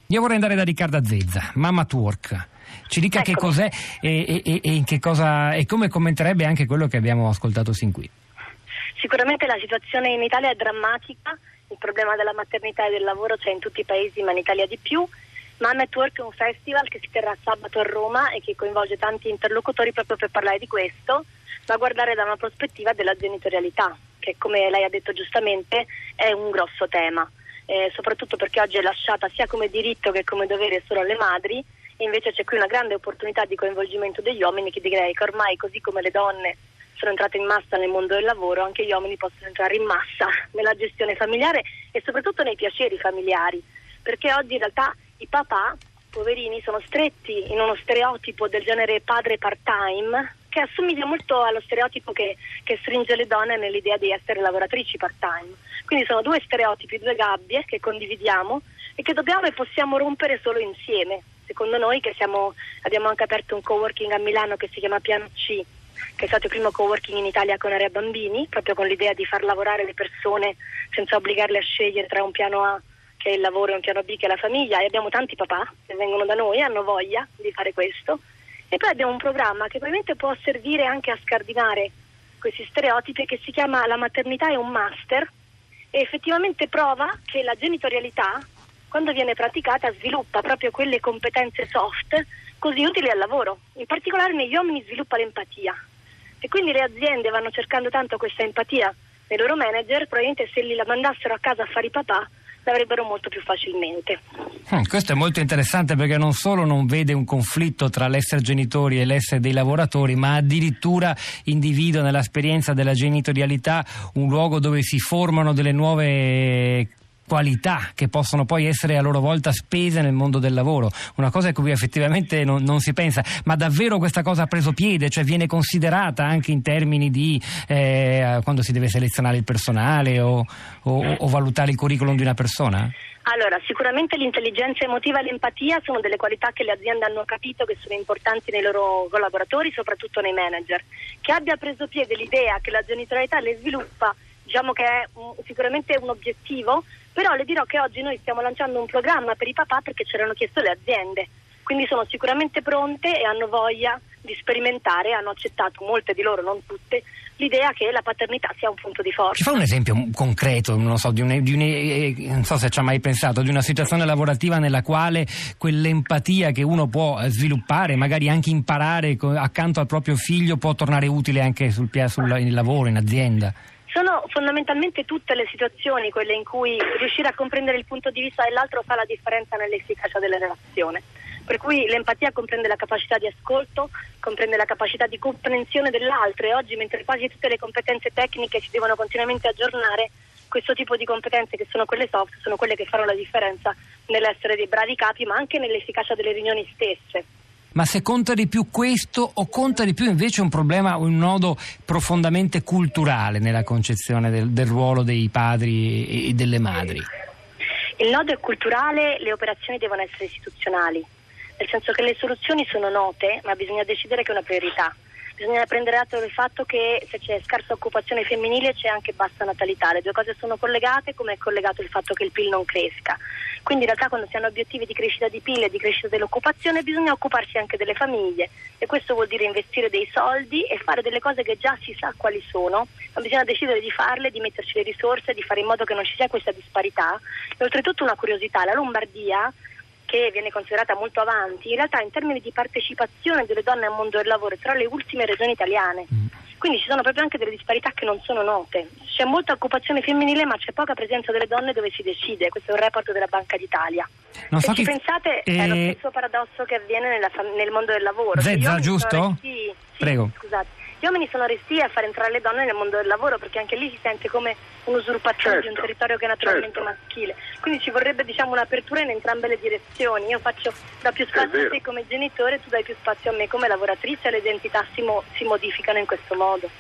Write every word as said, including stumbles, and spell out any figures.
Io vorrei andare da Riccarda Zezza, Mama Twerk. Ci dica Eccomi. Che cos'è e, e, e in che cosa e come commenterebbe anche quello che abbiamo ascoltato sin qui. Sicuramente la situazione in Italia è drammatica, il problema della maternità e del lavoro c'è in tutti i paesi, ma in Italia di più. Mama Twerk è un festival che si terrà sabato a Roma e che coinvolge tanti interlocutori proprio per parlare di questo, ma guardare da una prospettiva della genitorialità, che come lei ha detto giustamente è un grosso tema, eh, soprattutto perché oggi è lasciata sia come diritto che come dovere solo alle madri, e invece c'è qui una grande opportunità di coinvolgimento degli uomini, che direi che ormai, così come le donne sono entrate in massa nel mondo del lavoro, anche gli uomini possono entrare in massa nella gestione familiare e soprattutto nei piaceri familiari, perché oggi in realtà i papà, poverini, sono stretti in uno stereotipo del genere padre part-time che assomiglia molto allo stereotipo che, che stringe le donne nell'idea di essere lavoratrici part-time. Quindi sono due stereotipi, due gabbie che condividiamo e che dobbiamo e possiamo rompere solo insieme. Secondo noi, che siamo, abbiamo anche aperto un coworking a Milano che si chiama Piano C, che è stato il primo coworking in Italia con area bambini, proprio con l'idea di far lavorare le persone senza obbligarle a scegliere tra un piano A, che è il lavoro, e un piano B, che è la famiglia, e abbiamo tanti papà che vengono da noi e hanno voglia di fare questo. E poi abbiamo un programma che probabilmente può servire anche a scardinare questi stereotipi, che si chiama La maternità è un master, e effettivamente prova che la genitorialità, quando viene praticata, sviluppa proprio quelle competenze soft così utili al lavoro. In particolare negli uomini sviluppa l'empatia, e quindi le aziende vanno cercando tanto questa empatia nei loro manager, probabilmente se li la mandassero a casa a fare i papà l'avrebbero molto più facilmente. Hmm, questo è molto interessante, perché non solo non vede un conflitto tra l'essere genitori e l'essere dei lavoratori, ma addirittura individua nell'esperienza della genitorialità un luogo dove si formano delle nuove qualità che possono poi essere a loro volta spese nel mondo del lavoro, una cosa a cui effettivamente non, non si pensa. Ma davvero questa cosa ha preso piede? Cioè viene considerata anche in termini di eh, quando si deve selezionare il personale o, o, o valutare il curriculum di una persona? Allora, sicuramente l'intelligenza emotiva e l'empatia sono delle qualità che le aziende hanno capito che sono importanti nei loro collaboratori, soprattutto nei manager. Che abbia preso piede l'idea che la genitorialità le sviluppa, diciamo che è un, sicuramente un obiettivo, però le dirò che oggi noi stiamo lanciando un programma per i papà perché ce l'hanno chiesto le aziende, quindi sono sicuramente pronte e hanno voglia di sperimentare, hanno accettato, molte di loro, non tutte, l'idea che la paternità sia un punto di forza. Ci fa un esempio concreto, non so, di un, di un, eh, non so se ci ha mai pensato, di una situazione lavorativa nella quale quell'empatia che uno può sviluppare, magari anche imparare accanto al proprio figlio, può tornare utile anche sul, sul lavoro, in azienda? Sono fondamentalmente tutte le situazioni quelle in cui riuscire a comprendere il punto di vista dell'altro fa la differenza nell'efficacia della relazione. Per cui l'empatia comprende la capacità di ascolto, comprende la capacità di comprensione dell'altro, e oggi, mentre quasi tutte le competenze tecniche si devono continuamente aggiornare, questo tipo di competenze, che sono quelle soft, sono quelle che fanno la differenza nell'essere dei bravi capi, ma anche nell'efficacia delle riunioni stesse. Ma se conta di più questo, o conta di più invece un problema, un nodo profondamente culturale nella concezione del, del ruolo dei padri e, e delle madri? Il nodo è culturale, le operazioni devono essere istituzionali, nel senso che le soluzioni sono note, ma bisogna decidere che è una priorità. Bisogna prendere atto del fatto che se c'è scarsa occupazione femminile c'è anche bassa natalità. Le due cose sono collegate, come è collegato il fatto che il P I L non cresca. Quindi in realtà, quando si hanno obiettivi di crescita di P I L e di crescita dell'occupazione, bisogna occuparsi anche delle famiglie, e questo vuol dire investire dei soldi e fare delle cose che già si sa quali sono, ma bisogna decidere di farle, di metterci le risorse, di fare in modo che non ci sia questa disparità. E oltretutto una curiosità: la Lombardia, che viene considerata molto avanti, in realtà in termini di partecipazione delle donne al mondo del lavoro è tra le ultime regioni italiane. Quindi ci sono proprio anche delle disparità che non sono note. C'è molta occupazione femminile, ma c'è poca presenza delle donne dove si decide. Questo è un report della Banca d'Italia. Non Se so ci chi... pensate, eh... è lo stesso paradosso che avviene nella fam- nel mondo del lavoro. Zezza, giusto? Sì, Prego. Scusate. Gli uomini sono restii a far entrare le donne nel mondo del lavoro, perché anche lì si sente come un'usurpazione, certo, di un territorio che è naturalmente, certo, maschile. Quindi ci vorrebbe, diciamo, un'apertura in entrambe le direzioni. Io faccio da più spazio a te come genitore, tu dai più spazio a me come lavoratrice, e le identità si, mo- si modificano in questo modo.